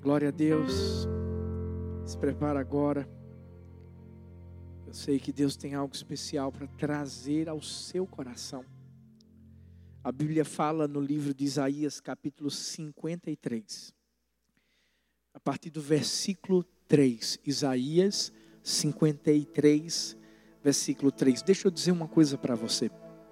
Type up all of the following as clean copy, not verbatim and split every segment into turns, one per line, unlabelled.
Glória a Deus. Se prepara agora. Eu sei que Deus tem algo especial para trazer ao seu coração. A Bíblia fala no livro de Isaías, capítulo 53. A partir do versículo 3. Isaías 53, versículo 3. Deixa eu dizer uma coisa para você.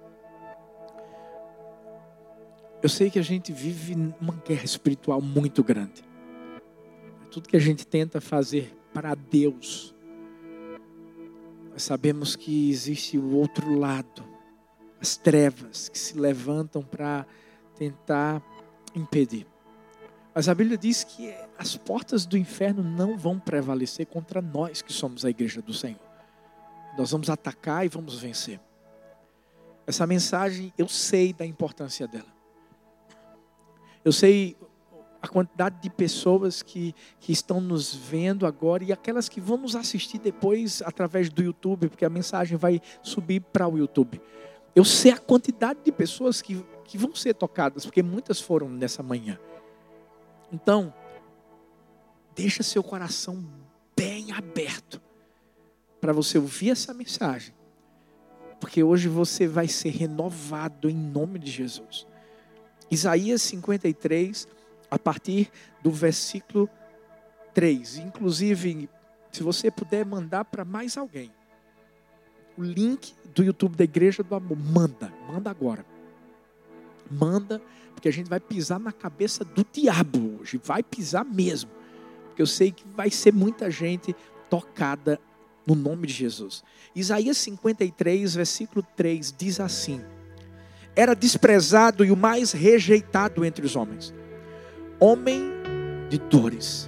Eu sei que a gente vive uma guerra espiritual muito grande. Tudo que a gente tenta fazer para Deus, nós sabemos que existe o outro lado, as trevas que se levantam para tentar impedir. Mas a Bíblia diz que as portas do inferno não vão prevalecer contra nós que somos a igreja do Senhor. Nós vamos atacar e vamos vencer. Essa mensagem, eu sei da importância dela. Eu sei a quantidade de pessoas que estão nos vendo agora e aquelas que vão nos assistir depois através do YouTube, porque a mensagem vai subir para o YouTube. Eu sei a quantidade de pessoas que vão ser tocadas, porque muitas foram nessa manhã. Então, deixa seu coração bem aberto para você ouvir essa mensagem, porque hoje você vai ser renovado em nome de Jesus. Isaías 53, a partir do versículo 3. Inclusive, se você puder mandar para mais alguém o link do YouTube da Igreja do Amor, manda agora. Manda, porque a gente vai pisar na cabeça do diabo hoje, vai pisar mesmo. Porque eu sei que vai ser muita gente tocada no nome de Jesus. Isaías 53, versículo 3, diz assim: era desprezado e o mais rejeitado entre os homens, homem de dores.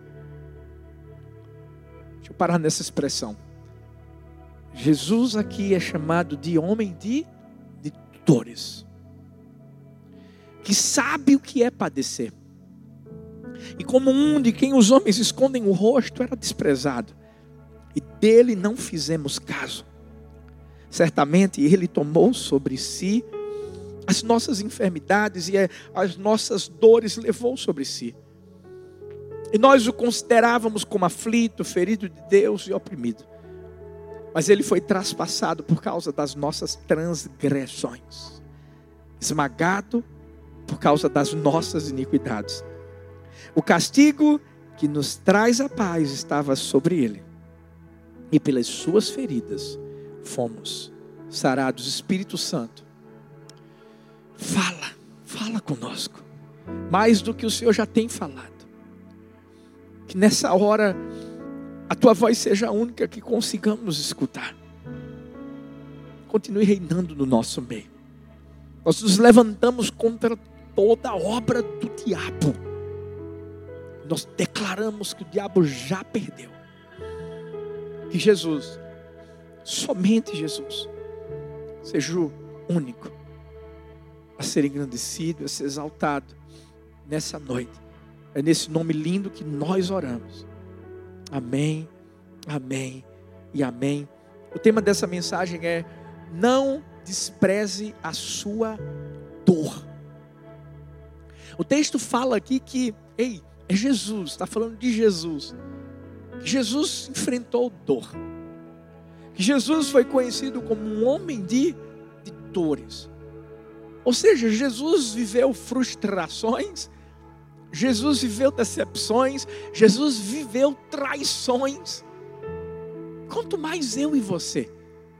Deixa eu parar nessa expressão. Jesus aqui é chamado de homem de dores, que sabe o que é padecer. E como um de quem os homens escondem o rosto, era desprezado, e dele não fizemos caso. Certamente ele tomou sobre si as nossas enfermidades e as nossas dores levou sobre si. E nós o considerávamos como aflito, ferido de Deus e oprimido. Mas ele foi traspassado por causa das nossas transgressões, esmagado por causa das nossas iniquidades. O castigo que nos traz a paz estava sobre ele, e pelas suas feridas fomos sarados. Espírito Santo, fala conosco, mais do que o Senhor já tem falado. Que nessa hora a tua voz seja a única que consigamos escutar. Continue reinando no nosso meio. Nós nos levantamos contra toda obra do diabo. Nós declaramos que o diabo já perdeu. Que Jesus, somente Jesus, seja o único a ser engrandecido, a ser exaltado nessa noite. É nesse nome lindo que nós oramos. Amém, amém e amém. O tema dessa mensagem é: não despreze a sua dor. O texto fala aqui que, é Jesus, está falando de Jesus. Que Jesus enfrentou dor. Que Jesus foi conhecido como um homem de dores. Ou seja, Jesus viveu frustrações, Jesus viveu decepções, Jesus viveu traições. Quanto mais eu e você.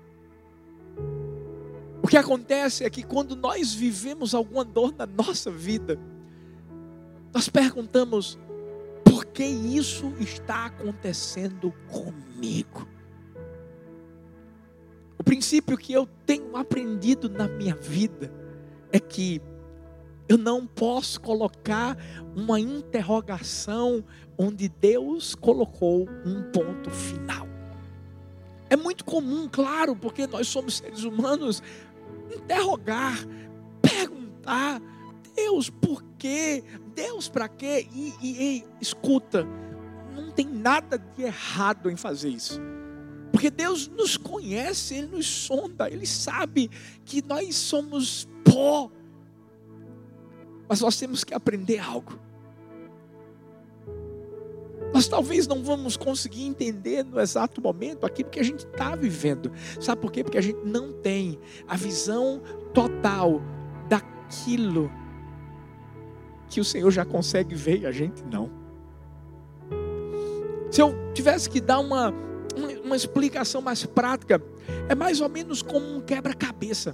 O que acontece é que quando nós vivemos alguma dor na nossa vida, nós perguntamos: por que isso está acontecendo comigo? O princípio que eu tenho aprendido na minha vida é que eu não posso colocar uma interrogação onde Deus colocou um ponto final. É muito comum, claro, porque nós somos seres humanos, interrogar, perguntar: Deus, por quê? Deus, para quê? E escuta, não tem nada de errado em fazer isso. Porque Deus nos conhece, Ele nos sonda, Ele sabe que nós somos pó. Mas nós temos que aprender algo. Nós talvez não vamos conseguir entender no exato momento aquilo que a gente está vivendo. Sabe por quê? Porque a gente não tem a visão total daquilo que o Senhor já consegue ver e a gente não. Se eu tivesse que dar uma explicação mais prática, é mais ou menos como um quebra-cabeça.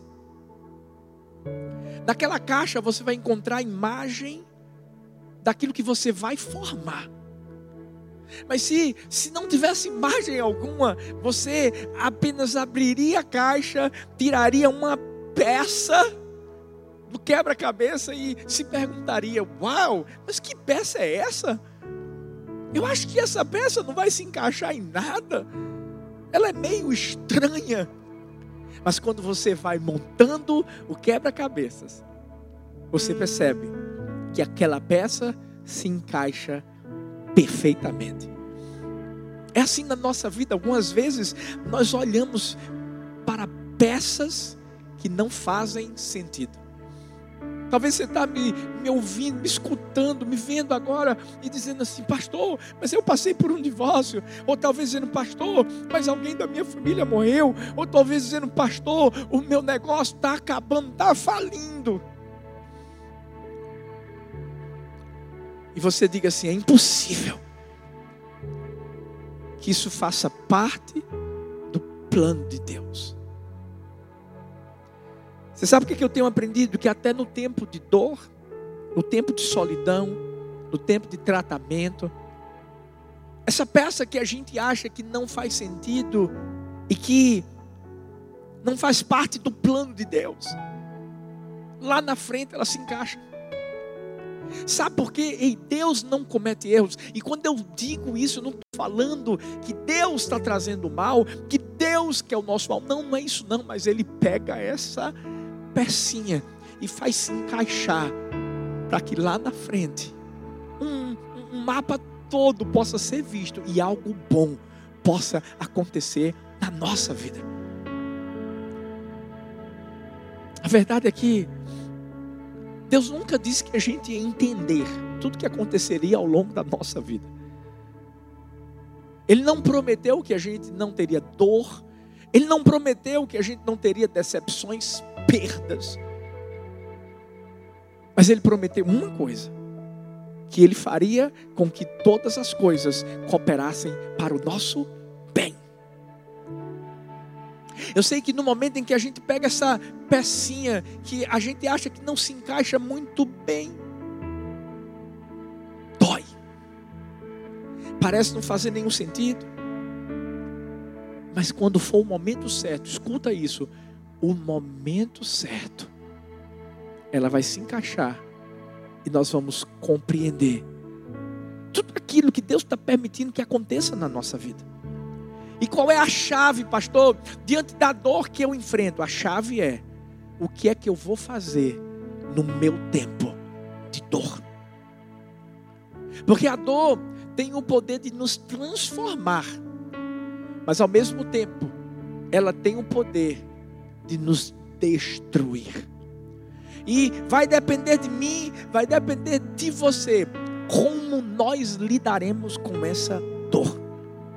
Naquela caixa você vai encontrar a imagem daquilo que você vai formar. Mas se não tivesse imagem alguma, você apenas abriria a caixa, tiraria uma peça do quebra-cabeça e se perguntaria: uau, mas que peça é essa? Eu acho que essa peça não vai se encaixar em nada. Ela é meio estranha. Mas quando você vai montando o quebra-cabeças, você percebe que aquela peça se encaixa perfeitamente. É assim na nossa vida. Algumas vezes nós olhamos para peças que não fazem sentido. Talvez você está me ouvindo, me escutando, me vendo agora e dizendo assim: pastor, mas eu passei por um divórcio. Ou talvez dizendo: pastor, mas alguém da minha família morreu. Ou talvez dizendo: pastor, o meu negócio está acabando, está falindo. E você diga assim: é impossível que isso faça parte do plano de Deus. Você sabe o que eu tenho aprendido? Que até no tempo de dor, no tempo de solidão, no tempo de tratamento, essa peça que a gente acha que não faz sentido e que não faz parte do plano de Deus, lá na frente ela se encaixa. Sabe por quê? Deus não comete erros. E quando eu digo isso, eu não estou falando que Deus está trazendo mal, que Deus quer o nosso mal. Não é isso não, mas Ele pega essa pecinha e faz se encaixar para que lá na frente um mapa todo possa ser visto e algo bom possa acontecer na nossa vida. A verdade é que Deus nunca disse que a gente ia entender tudo que aconteceria ao longo da nossa vida. Ele não prometeu que a gente não teria dor. Ele não prometeu que a gente não teria decepções, perdas. Mas Ele prometeu uma coisa: que Ele faria com que todas as coisas cooperassem para o nosso bem. Eu sei que no momento em que a gente pega essa pecinha que a gente acha que não se encaixa muito bem, dói. Parece não fazer nenhum sentido. Mas quando for o momento certo, escuta isso, o momento certo, ela vai se encaixar e nós vamos compreender tudo aquilo que Deus está permitindo que aconteça na nossa vida. E qual é a chave, pastor? Diante da dor que eu enfrento, a chave é: o que é que eu vou fazer no meu tempo de dor? Porque a dor tem o poder de nos transformar, mas ao mesmo tempo ela tem o poder de nos destruir. E vai depender de mim, vai depender de você, como nós lidaremos com essa dor.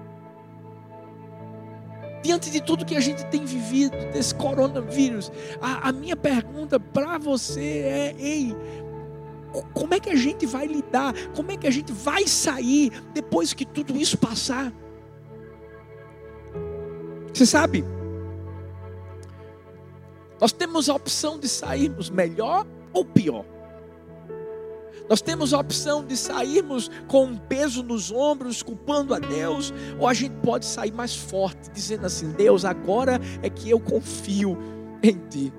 Diante de tudo que a gente tem vivido, desse coronavírus, a minha pergunta para você é: ei, como é que a gente vai lidar? Como é que a gente vai sair depois que tudo isso passar? Você sabe, nós temos a opção de sairmos melhor ou pior. Nós temos a opção de sairmos com um peso nos ombros, culpando a Deus, ou a gente pode sair mais forte, dizendo assim: Deus, agora é que eu confio em Ti.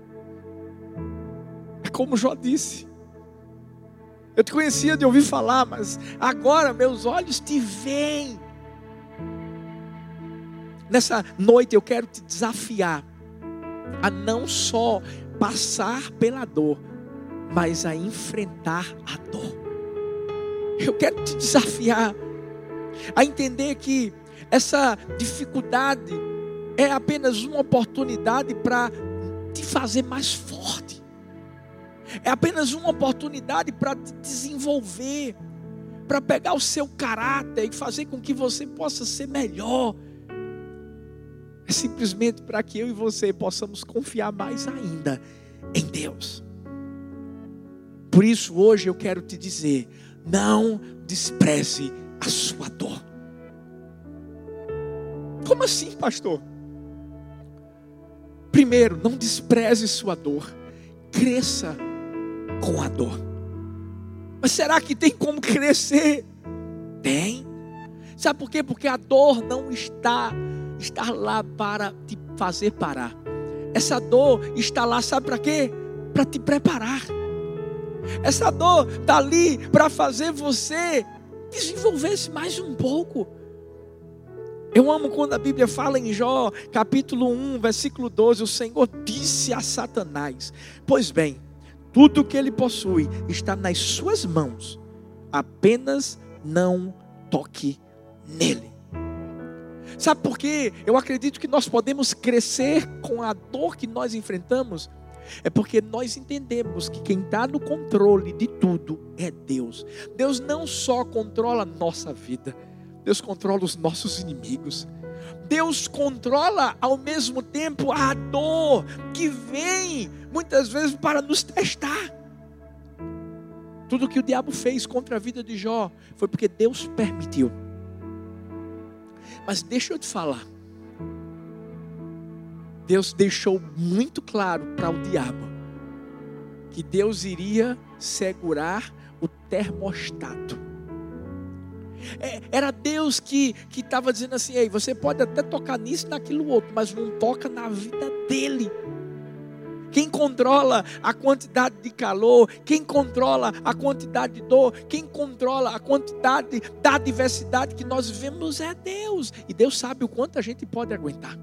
É como Jó disse: eu te conhecia de ouvir falar, mas agora meus olhos te veem. Nessa noite eu quero te desafiar a não só passar pela dor, mas a enfrentar a dor. Eu quero te desafiar a entender que essa dificuldade é apenas uma oportunidade para te fazer mais forte. É apenas uma oportunidade para te desenvolver, para pegar o seu caráter e fazer com que você possa ser melhor. É simplesmente para que eu e você possamos confiar mais ainda em Deus. Por isso hoje eu quero te dizer, não despreze a sua dor. Como assim, pastor? Primeiro, não despreze sua dor. Cresça com a dor. Mas será que tem como crescer? Tem. Sabe por quê? Porque a dor não está lá para te fazer parar. Essa dor está lá, sabe para quê? Para te preparar. Essa dor está ali para fazer você desenvolver-se mais um pouco. Eu amo quando a Bíblia fala em Jó, capítulo 1, versículo 12, o Senhor disse a Satanás: pois bem, tudo que ele possui está nas suas mãos, apenas não toque nele. Sabe por quê? Eu acredito que nós podemos crescer com a dor que nós enfrentamos. É porque nós entendemos que quem está no controle de tudo é Deus. Deus não só controla a nossa vida, Deus controla os nossos inimigos. Deus controla ao mesmo tempo a dor que vem muitas vezes para nos testar. Tudo que o diabo fez contra a vida de Jó foi porque Deus permitiu. Mas deixa eu te falar, Deus deixou muito claro para o diabo que Deus iria segurar o termostato. Era Deus que estava dizendo assim: ei, você pode até tocar nisso, naquilo outro, mas não toca na vida dele. Quem controla a quantidade de calor, quem controla a quantidade de dor, quem controla a quantidade da adversidade que nós vivemos é Deus. E Deus sabe o quanto a gente pode aguentar.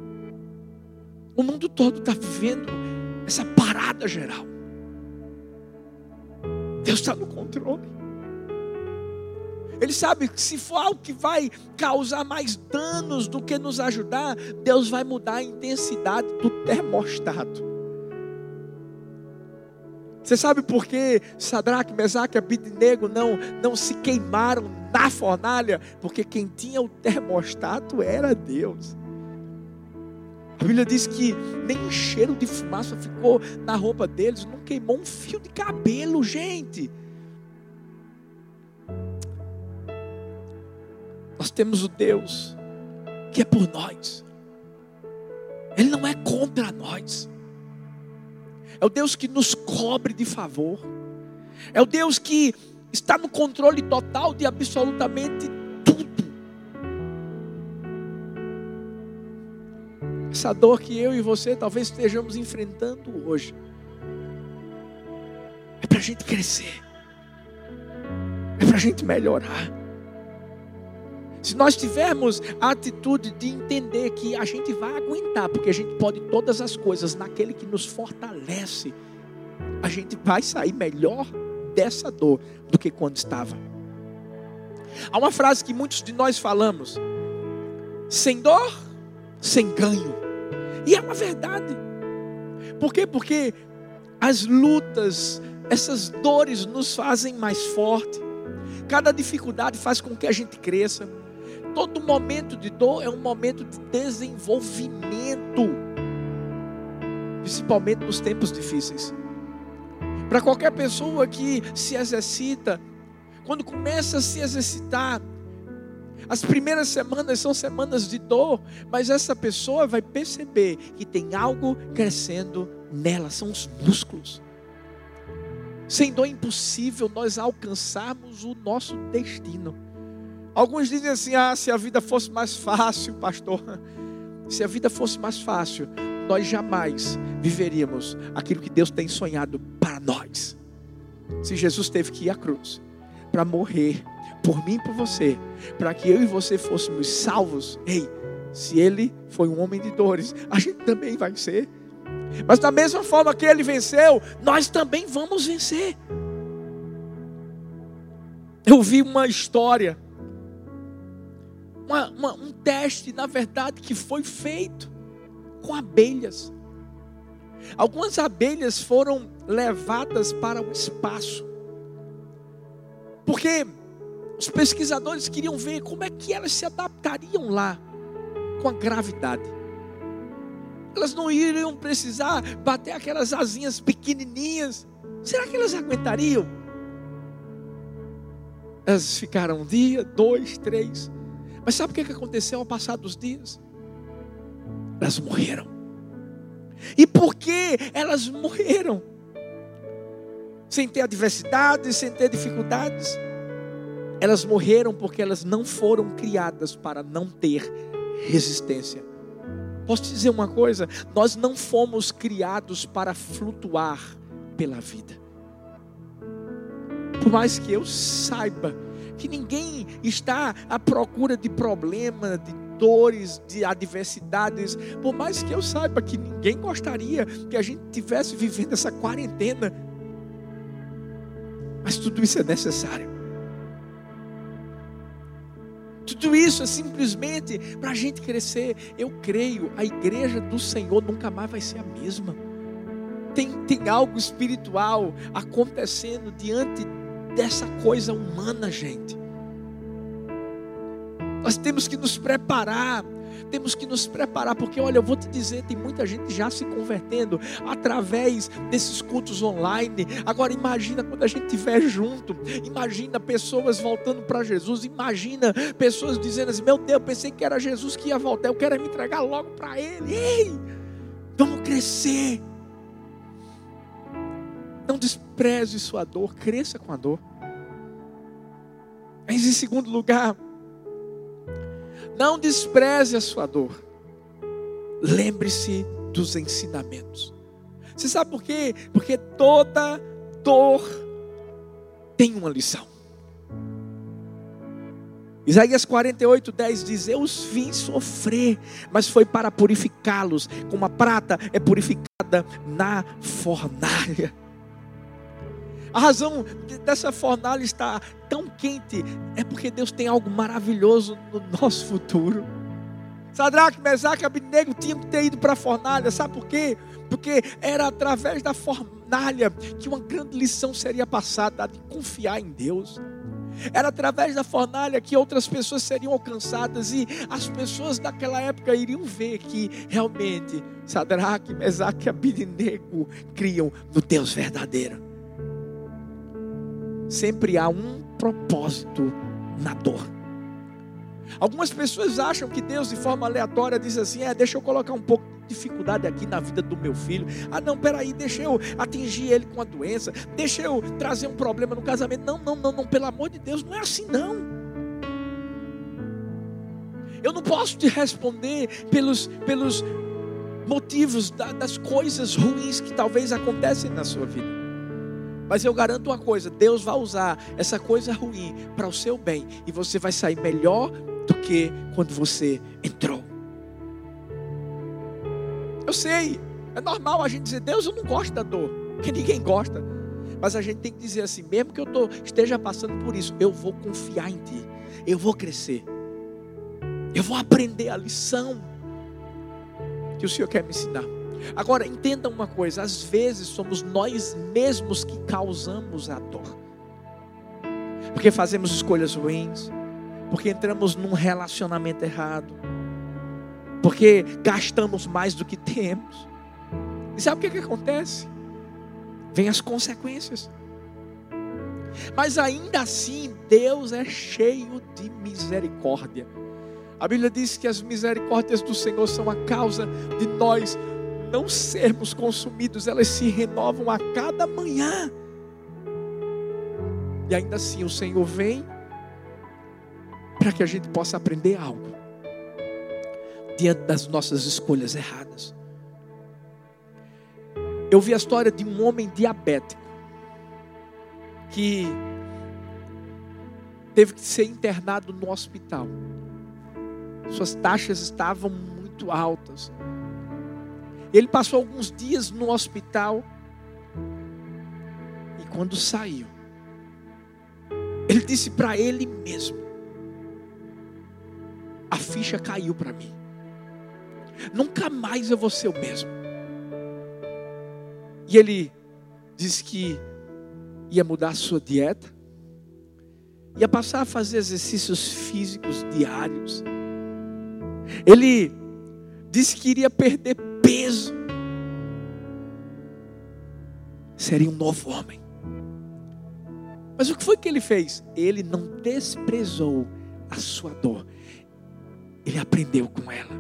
O mundo todo está vivendo essa parada geral. Deus está no controle. Ele sabe que se for algo que vai causar mais danos do que nos ajudar, Deus vai mudar a intensidade do termostato. Você sabe por que Sadraque, Mesaque e Abednego não se queimaram na fornalha? Porque quem tinha o termostato era Deus. A Bíblia diz que nem cheiro de fumaça ficou na roupa deles, não queimou um fio de cabelo, gente. Nós temos o Deus que é por nós. Ele não é contra nós. É o Deus que nos cobre de favor. É o Deus que está no controle total de absolutamente tudo. Essa dor que eu e você talvez estejamos enfrentando hoje é para a gente crescer. É para a gente melhorar. Se nós tivermos a atitude de entender que a gente vai aguentar, porque a gente pode todas as coisas naquele que nos fortalece, a gente vai sair melhor dessa dor do que quando estava. Há uma frase que muitos de nós falamos: sem dor, sem ganho. E é uma verdade. Por quê? Porque as lutas, essas dores nos fazem mais forte. Cada dificuldade faz com que a gente cresça. Todo momento de dor é um momento de desenvolvimento, principalmente nos tempos difíceis. Para qualquer pessoa que se exercita, quando começa a se exercitar, as primeiras semanas são semanas de dor, mas essa pessoa vai perceber que tem algo crescendo nela, são os músculos. Sem dor é impossível nós alcançarmos o nosso destino. Alguns dizem assim: se a vida fosse mais fácil, pastor, se a vida fosse mais fácil, nós jamais viveríamos aquilo que Deus tem sonhado para nós. Se Jesus teve que ir à cruz para morrer por mim e por você, para que eu e você fôssemos salvos, se Ele foi um homem de dores, a gente também vai ser. Mas da mesma forma que Ele venceu, nós também vamos vencer. Eu vi uma história, um teste, na verdade, que foi feito com abelhas. Algumas abelhas foram levadas para o espaço, porque Os pesquisadores queriam ver como é que elas se adaptariam lá com a gravidade. Elas não iriam precisar bater aquelas asinhas pequenininhas. Será que elas aguentariam? Elas ficaram um dia, 2, 3. Mas sabe o que aconteceu ao passar dos dias? Elas morreram. E por que elas morreram? Sem ter adversidades, sem ter dificuldades. Elas morreram porque elas não foram criadas para não ter resistência. Posso te dizer uma coisa? Nós não fomos criados para flutuar pela vida. Por mais que eu saiba que ninguém está à procura de problema, de dores, de adversidades, por mais que eu saiba que ninguém gostaria que a gente estivesse vivendo essa quarentena, mas tudo isso é necessário. Tudo isso é simplesmente para a gente crescer. Eu creio, a igreja do Senhor nunca mais vai ser a mesma. Tem algo espiritual acontecendo diante dessa coisa humana, gente. Nós temos que nos preparar. Porque olha, eu vou te dizer, tem muita gente já se convertendo através desses cultos online. Agora imagina quando a gente estiver junto. Imagina pessoas voltando para Jesus. Imagina pessoas dizendo assim: meu Deus, eu pensei que era Jesus que ia voltar, eu quero me entregar logo para Ele. Ei, vamos crescer. Não despreze sua dor, cresça com a dor. Mas em segundo lugar, não despreze a sua dor. Lembre-se dos ensinamentos. Você sabe por quê? Porque toda dor tem uma lição. Isaías 48:10 diz: eu os fiz sofrer, mas foi para purificá-los, como a prata é purificada na fornalha. A razão dessa fornalha estar tão quente é porque Deus tem algo maravilhoso no nosso futuro. Sadraque, Mesaque e Abednego tinham que ter ido para a fornalha. Sabe por quê? Porque era através da fornalha que uma grande lição seria passada, de confiar em Deus. Era através da fornalha que outras pessoas seriam alcançadas, e as pessoas daquela época iriam ver que realmente Sadraque, Mesaque e Abednego criam no Deus verdadeiro. Sempre há um propósito na dor. Algumas pessoas acham que Deus, de forma aleatória, diz assim: deixa eu colocar um pouco de dificuldade aqui na vida do meu filho. Não, peraí, deixa eu atingir ele com a doença, deixa eu trazer um problema no casamento. Não, pelo amor de Deus, não é assim não. Eu não posso te responder pelos motivos das coisas ruins que talvez acontecem na sua vida. Mas eu garanto uma coisa: Deus vai usar essa coisa ruim para o seu bem, e você vai sair melhor do que quando você entrou. Eu sei, é normal a gente dizer: Deus, eu não gosto da dor, porque ninguém gosta. Mas a gente tem que dizer assim: mesmo que eu esteja passando por isso, eu vou confiar em Ti, eu vou crescer, eu vou aprender a lição que o Senhor quer me ensinar. Agora, entenda uma coisa: às vezes somos nós mesmos que causamos a dor, porque fazemos escolhas ruins, porque entramos num relacionamento errado, porque gastamos mais do que temos. E sabe o que acontece? Vem as consequências. Mas ainda assim, Deus é cheio de misericórdia. A Bíblia diz que as misericórdias do Senhor são a causa de nós não sermos consumidos. Elas se renovam a cada manhã. E ainda assim o Senhor vem para que a gente possa aprender algo diante das nossas escolhas erradas. Eu vi a história de um homem diabético que teve que ser internado no hospital. Suas taxas estavam muito altas. Ele passou alguns dias no hospital, e quando saiu, ele disse para ele mesmo: a ficha caiu para mim, nunca mais eu vou ser o mesmo. E ele disse que ia mudar a sua dieta, ia passar a fazer exercícios físicos diários. Ele disse que iria perder peso. Seria um novo homem. Mas o que foi que ele fez? Ele não desprezou a sua dor. Ele aprendeu com ela.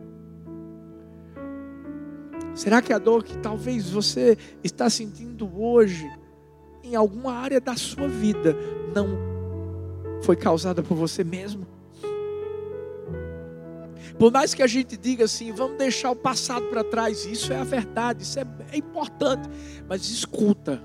Será que a dor que talvez você está sentindo hoje, em alguma área da sua vida, não foi causada por você mesmo? Por mais que a gente diga assim, vamos deixar o passado para trás, isso é a verdade, isso é importante, mas escuta,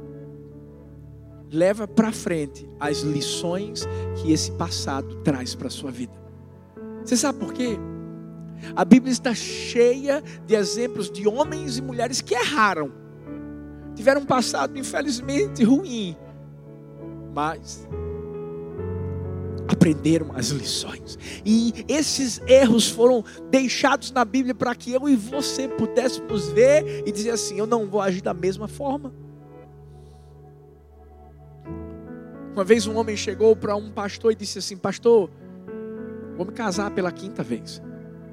leva para frente as lições que esse passado traz para a sua vida. Você sabe por quê? A Bíblia está cheia de exemplos de homens e mulheres que erraram, tiveram um passado infelizmente ruim, mas aprenderam as lições. E esses erros foram deixados na Bíblia para que eu e você pudéssemos ver e dizer assim, eu não vou agir da mesma forma. Uma vez um homem chegou para um pastor e disse assim, pastor, vou me casar pela 5ª vez.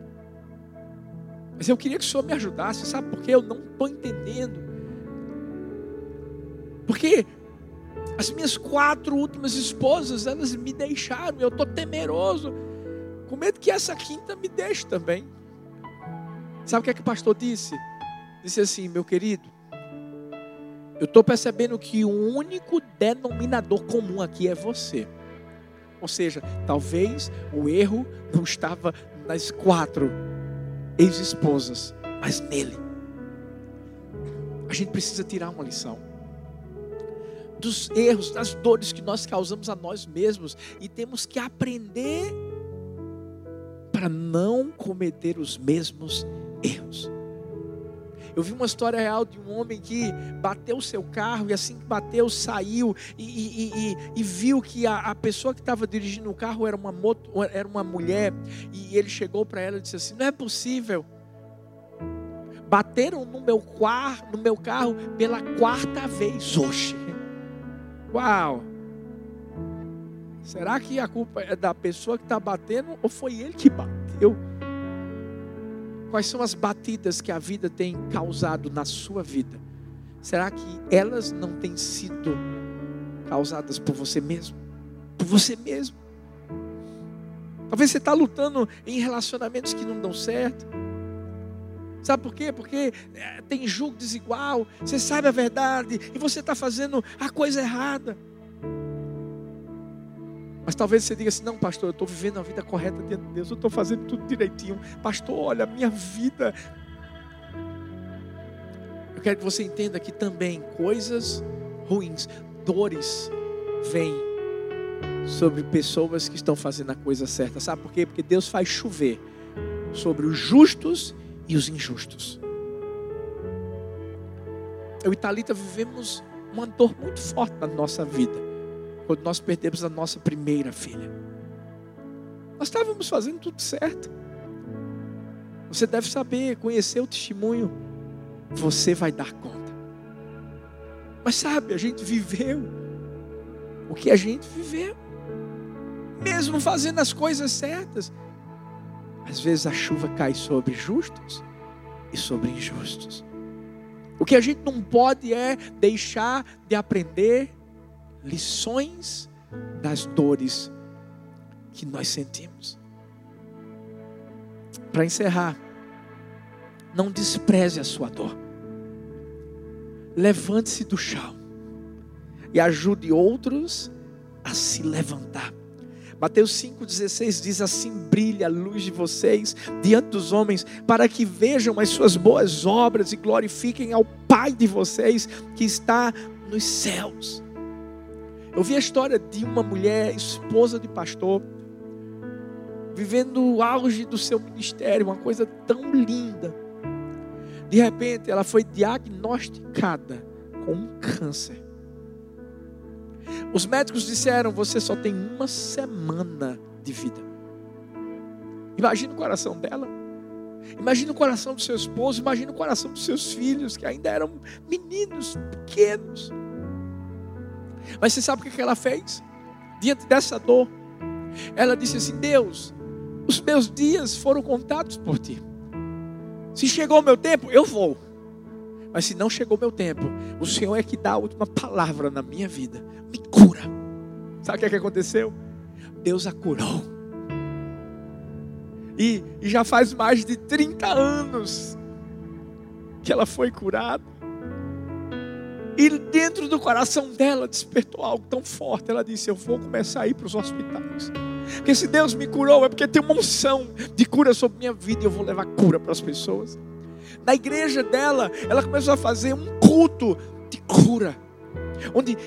Mas eu queria que o senhor me ajudasse, sabe por quê? Eu não estou entendendo. Porque as minhas 4 últimas esposas, elas me deixaram, eu estou temeroso, com medo que essa 5ª me deixe também. Sabe o que é que o pastor disse? Disse assim, meu querido, eu estou percebendo que o único denominador comum aqui é você. Ou seja, talvez o erro não estava nas 4 ex-esposas, mas nele. A gente precisa tirar uma lição dos erros, das dores que nós causamos a nós mesmos, e temos que aprender para não cometer os mesmos erros. Eu vi uma história real de um homem que bateu o seu carro, e assim que bateu, saiu e viu que a pessoa que estava dirigindo o carro era uma mulher, e ele chegou para ela e disse assim, não é possível, bateram no meu carro pela 4ª vez hoje. Uau! Será que a culpa é da pessoa que está batendo ou foi ele que bateu? Quais são as batidas que a vida tem causado na sua vida? Será que elas não têm sido causadas por você mesmo? Por você mesmo? Talvez você está lutando em relacionamentos que não dão certo. Sabe por quê? Porque tem julgo desigual, você sabe a verdade e você está fazendo a coisa errada. Mas talvez você diga assim, não pastor, eu estou vivendo a vida correta diante de Deus, eu estou fazendo tudo direitinho. Pastor, olha a minha vida. Eu quero que você entenda que também coisas ruins, dores, vêm sobre pessoas que estão fazendo a coisa certa. Sabe por quê? Porque Deus faz chover sobre os justos e os injustos. Eu e Thalita vivemos uma dor muito forte na nossa vida, quando nós perdemos a nossa primeira filha. Nós estávamos fazendo tudo certo. Você deve saber, conhecer o testemunho, você vai dar conta. Mas sabe, a gente viveu o que a gente viveu, mesmo fazendo as coisas certas. Às vezes a chuva cai sobre justos e sobre injustos. O que a gente não pode é deixar de aprender lições das dores que nós sentimos. Para encerrar, não despreze a sua dor. Levante-se do chão e ajude outros a se levantar. Mateus 5,16 diz assim, brilha a luz de vocês diante dos homens, para que vejam as suas boas obras e glorifiquem ao Pai de vocês que está nos céus. Eu vi a história de uma mulher, esposa de pastor, vivendo o auge do seu ministério, uma coisa tão linda. De repente ela foi diagnosticada com um câncer. Os médicos disseram, você só tem 1 semana de vida. Imagina o coração dela. Imagina o coração do seu esposo. Imagina o coração dos seus filhos, que ainda eram meninos pequenos. Mas você sabe o que ela fez? diante dessa dor, ela disse assim: Deus, os meus dias foram contados por ti. Se chegou o meu tempo, eu vou. Mas se não chegou o meu tempo, o Senhor é que dá a última palavra na minha vida. Me cura. Sabe o que aconteceu? Deus a curou. E já faz mais de 30 anos que ela foi curada. E dentro do coração dela despertou algo tão forte. Ela disse: eu vou começar a ir para os hospitais. Porque se Deus me curou, é porque tem uma unção de cura sobre minha vida. E eu vou levar cura para as pessoas. Na igreja dela, ela começou a fazer um culto de cura. Onde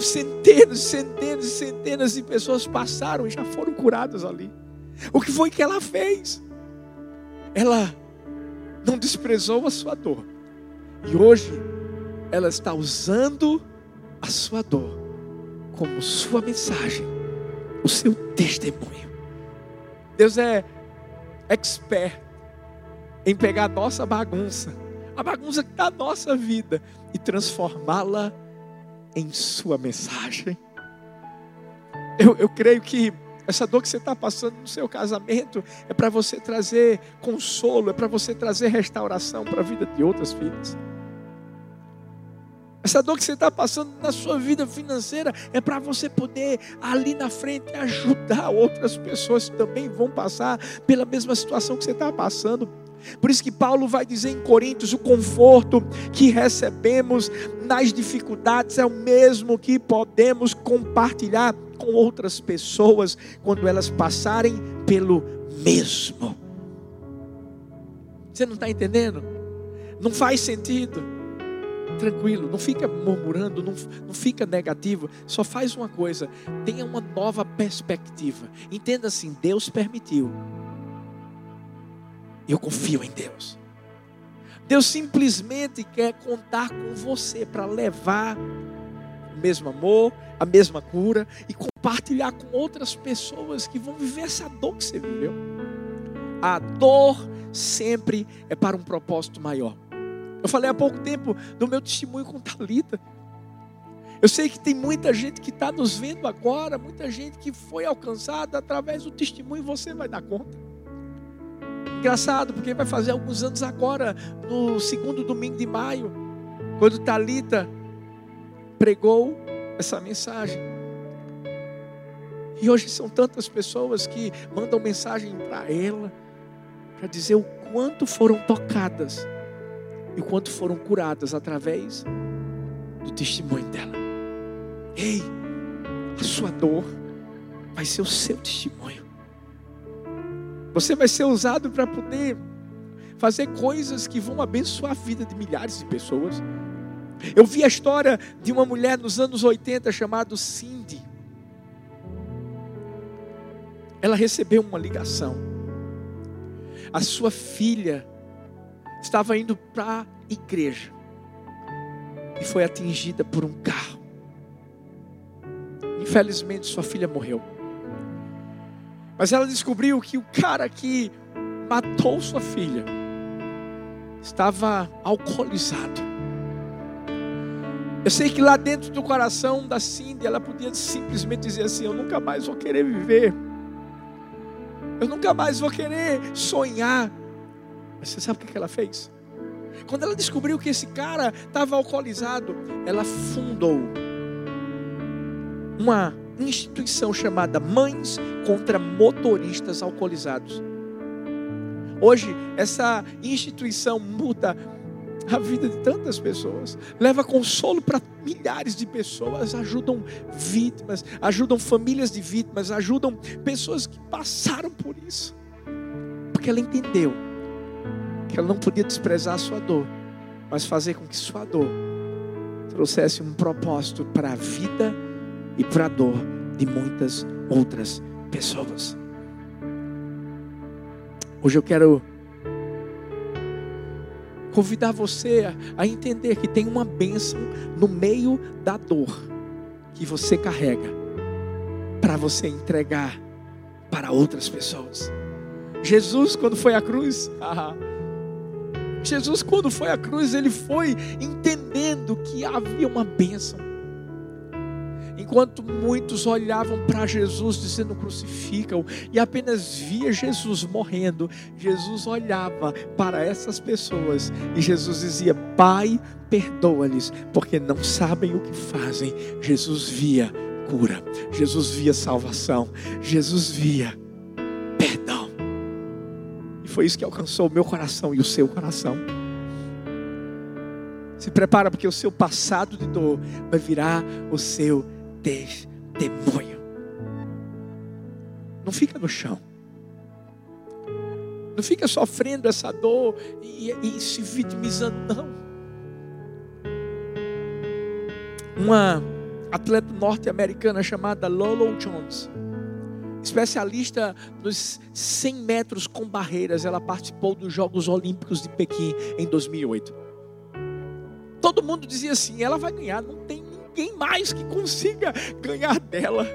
centenas de pessoas passaram e já foram curadas ali. O que foi que ela fez? Ela não desprezou a sua dor. E hoje, ela está usando a sua dor como sua mensagem, o seu testemunho. Deus é expert em pegar a nossa bagunça, a bagunça que está na nossa vida, e transformá-la em sua mensagem. Eu creio que essa dor que você está passando no seu casamento é para você trazer consolo, é para você trazer restauração para a vida de outras vidas. Essa dor que você está passando na sua vida financeira é para você poder ali na frente ajudar outras pessoas que também vão passar pela mesma situação que você está passando. Por isso que Paulo vai dizer em Coríntios: o conforto que recebemos nas dificuldades é o mesmo que podemos compartilhar com outras pessoas quando elas passarem pelo mesmo. Você não está entendendo? Não faz sentido. Tranquilo, não fica murmurando, não fica negativo. Só faz uma coisa: tenha uma nova perspectiva. Entenda assim: Deus permitiu. Eu confio em Deus. Deus simplesmente quer contar com você para levar o mesmo amor, a mesma cura e compartilhar com outras pessoas que vão viver essa dor que você viveu. A dor sempre é para um propósito maior. Eu falei há pouco tempo do meu testemunho com Thalita. Eu sei que tem muita gente que está nos vendo agora, muita gente que foi alcançada através do testemunho, e você vai dar conta. Engraçado, porque vai fazer alguns anos agora, no segundo domingo de maio, quando Thalita pregou essa mensagem. E hoje são tantas pessoas que mandam mensagem para ela, para dizer o quanto foram tocadas e o quanto foram curadas através do testemunho dela. Ei, a sua dor vai ser o seu testemunho. Você vai ser usado para poder fazer coisas que vão abençoar a vida de milhares de pessoas. Eu vi a história de uma mulher nos anos 80 chamada Cindy. Ela recebeu uma ligação. A sua filha estava indo para a igreja e foi atingida por um carro. Infelizmente, sua filha morreu. Mas ela descobriu que o cara que matou sua filha estava alcoolizado. Eu sei que lá dentro do coração da Cindy, ela podia simplesmente dizer assim: eu nunca mais vou querer viver. Eu nunca mais vou querer sonhar. Mas você sabe o que ela fez? Quando ela descobriu que esse cara estava alcoolizado, ela fundou uma instituição chamada Mães contra Motoristas Alcoolizados. Hoje, essa instituição muda a vida de tantas pessoas, leva consolo para milhares de pessoas, ajudam vítimas, ajudam famílias de vítimas, ajudam pessoas que passaram por isso, porque ela entendeu que ela não podia desprezar a sua dor, mas fazer com que sua dor trouxesse um propósito para a vida e para a dor de muitas outras pessoas. Hoje eu quero convidar você a entender que tem uma bênção no meio da dor que você carrega para você entregar para outras pessoas. Jesus, quando foi à cruz, ele foi entendendo que havia uma bênção. Enquanto muitos olhavam para Jesus dizendo crucificam e apenas via Jesus morrendo, Jesus olhava para essas pessoas e Jesus dizia: Pai, perdoa-lhes, porque não sabem o que fazem. Jesus via cura, Jesus via salvação, Jesus via perdão. E foi isso que alcançou o meu coração e o seu coração. Se prepara, porque o seu passado de dor vai virar o seu testemunho. Não fica no chão. Não fica sofrendo essa dor e se vitimizando, não. Uma atleta norte-americana chamada Lolo Jones, especialista nos 100 metros com barreiras, ela participou dos Jogos Olímpicos de Pequim em 2008. Todo mundo dizia assim: ela vai ganhar, não tem ninguém mais que consiga ganhar dela.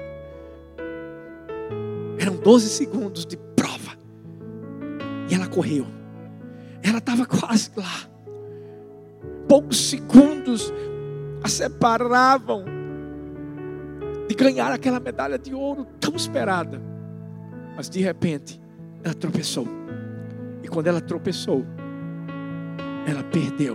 Eram 12 segundos de prova e ela correu. Ela estava quase lá. Poucos segundos a separavam de ganhar aquela medalha de ouro tão esperada. Mas de repente ela tropeçou. E quando ela tropeçou, ela perdeu.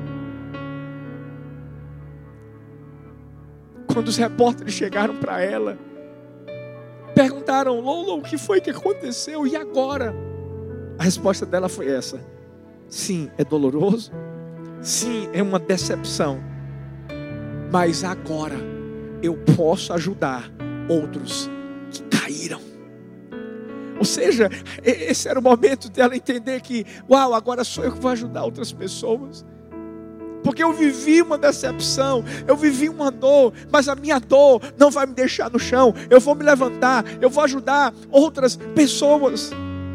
Quando os repórteres chegaram para ela, perguntaram: Lolo, o que foi que aconteceu? E agora? A resposta dela foi essa: sim, é doloroso. Sim, é uma decepção. Mas agora eu posso ajudar outros que caíram. Ou seja, esse era o momento dela entender que, uau, agora sou eu que vou ajudar outras pessoas. Porque eu vivi uma decepção, eu vivi uma dor, mas a minha dor não vai me deixar no chão. Eu vou me levantar, eu vou ajudar outras pessoas.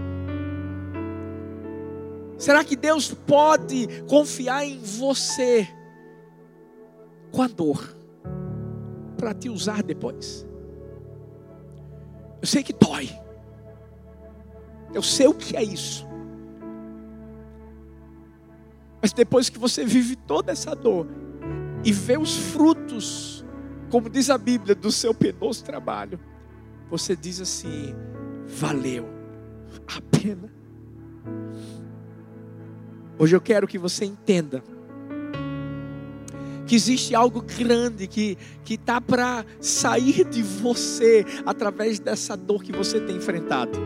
Será que Deus pode confiar em você com a dor para te usar depois? Eu sei que dói. Eu sei o que é isso. Mas depois que você vive toda essa dor e vê os frutos, como diz a Bíblia, do seu penoso trabalho, você diz assim: valeu a pena. Hoje eu quero que você entenda que existe algo grande que está para sair de você através dessa dor que você tem enfrentado.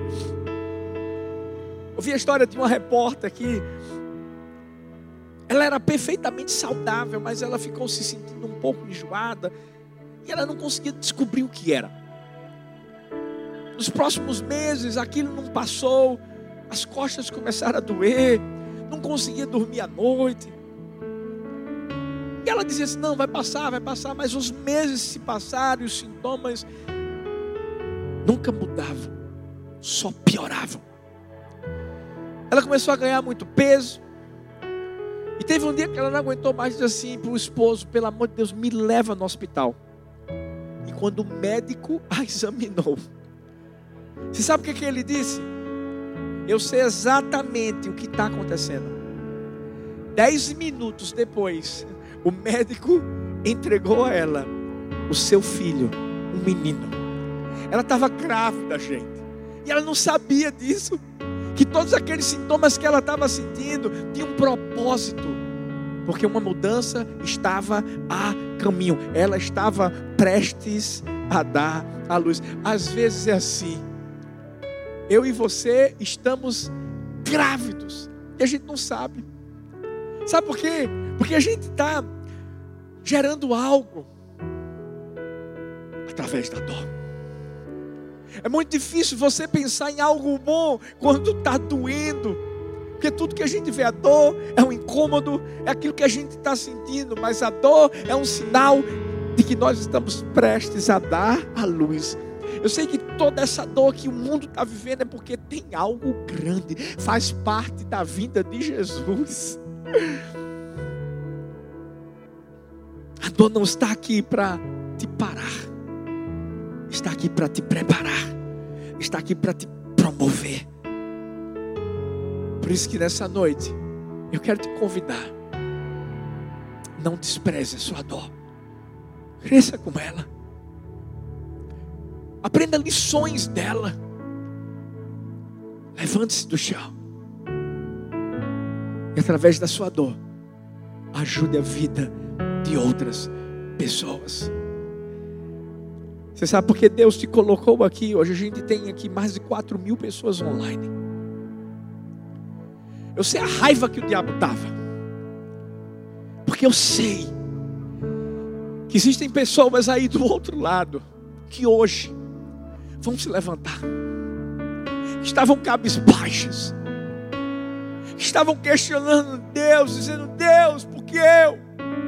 Eu vi a história de uma repórter que ela era perfeitamente saudável, mas ela ficou se sentindo um pouco enjoada e ela não conseguia descobrir o que era. Nos próximos meses aquilo não passou, as costas começaram a doer, não conseguia dormir à noite. E ela dizia assim: não, vai passar, mas os meses se passaram e os sintomas nunca mudavam, só pioravam. Ela começou a ganhar muito peso. E teve um dia que ela não aguentou mais, disse assim para o esposo: pelo amor de Deus, me leva no hospital. E quando o médico a examinou, você sabe o que ele disse? Eu sei exatamente o que está acontecendo. 10 minutos depois, o médico entregou a ela o seu filho, um menino. Ela estava grávida, gente. E ela não sabia disso. Que todos aqueles sintomas que ela estava sentindo tinham um propósito. Porque uma mudança estava a caminho. Ela estava prestes a dar à luz. Às vezes é assim. Eu e você estamos grávidos e a gente não sabe. Sabe por quê? Porque a gente está gerando algo através da dor. É muito difícil você pensar em algo bom quando está doendo. Porque tudo que a gente vê, a dor é um incômodo, é aquilo que a gente está sentindo. Mas a dor é um sinal de que nós estamos prestes a dar à luz. Eu sei que toda essa dor que o mundo está vivendo é porque tem algo grande. Faz parte da vinda de Jesus. A dor não está aqui para te parar. Está aqui para te preparar. Está aqui para te promover. Por isso que nessa noite eu quero te convidar. Não despreze a sua dor. Cresça com ela. Aprenda lições dela. Levante-se do chão. E através da sua dor, ajude a vida de outras pessoas. Você sabe por que Deus te colocou aqui? Hoje a gente tem aqui mais de 4.000 pessoas online. Eu sei a raiva que o diabo estava. Porque eu sei que existem pessoas aí do outro lado que hoje vão se levantar. Estavam cabisbaixas. Estavam questionando Deus, dizendo: Deus, por que eu?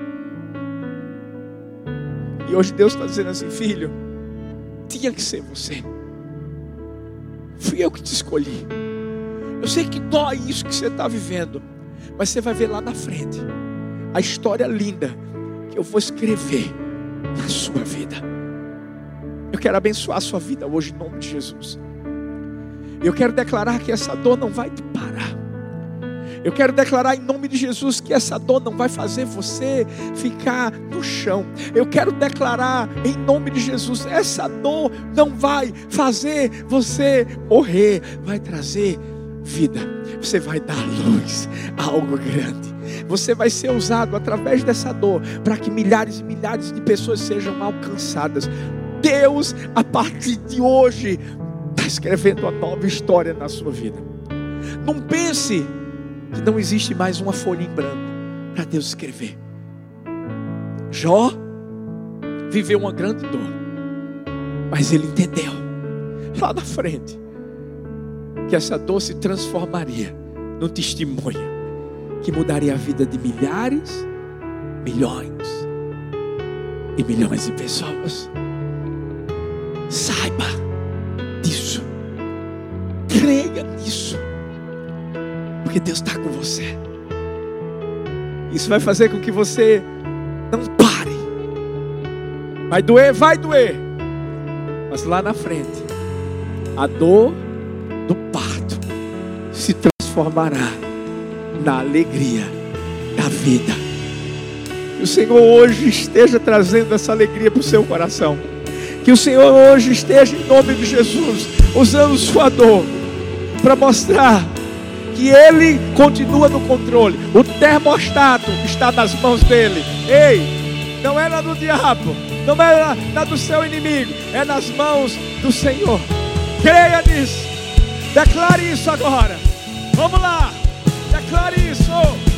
E hoje Deus está dizendo assim: filho, tinha que ser você. Fui eu que te escolhi. Eu sei que dói isso que você está vivendo, mas você vai ver lá na frente a história linda que eu vou escrever na sua vida. Eu quero abençoar a sua vida hoje em nome de Jesus. Eu quero declarar que essa dor não vai te parar. Eu quero declarar em nome de Jesus que essa dor não vai fazer você ficar no chão. Eu quero declarar em nome de Jesus, essa dor não vai fazer você morrer, vai trazer vida. Você vai dar luz a algo grande. Você vai ser usado através dessa dor para que milhares e milhares de pessoas sejam alcançadas. Deus, a partir de hoje, está escrevendo uma nova história na sua vida. Não pense que não existe mais uma folha em branco para Deus escrever. Jó viveu uma grande dor, mas ele entendeu lá na frente que essa dor se transformaria num testemunho que mudaria a vida de milhares, milhões e milhões de pessoas. Saiba disso, creia nisso, porque Deus está com você. Isso vai fazer com que você não pare. Vai doer, mas lá na frente a dor do parto se transformará na alegria da vida. Que o Senhor hoje esteja trazendo essa alegria para o seu coração. Que o Senhor hoje esteja, em nome de Jesus, usando sua dor para mostrar que Ele continua no controle. O termostato está nas mãos dEle. Ei, não é na do diabo, não é na do seu inimigo, é nas mãos do Senhor. Creia nisso. Declare isso agora. Vamos lá. Declare isso.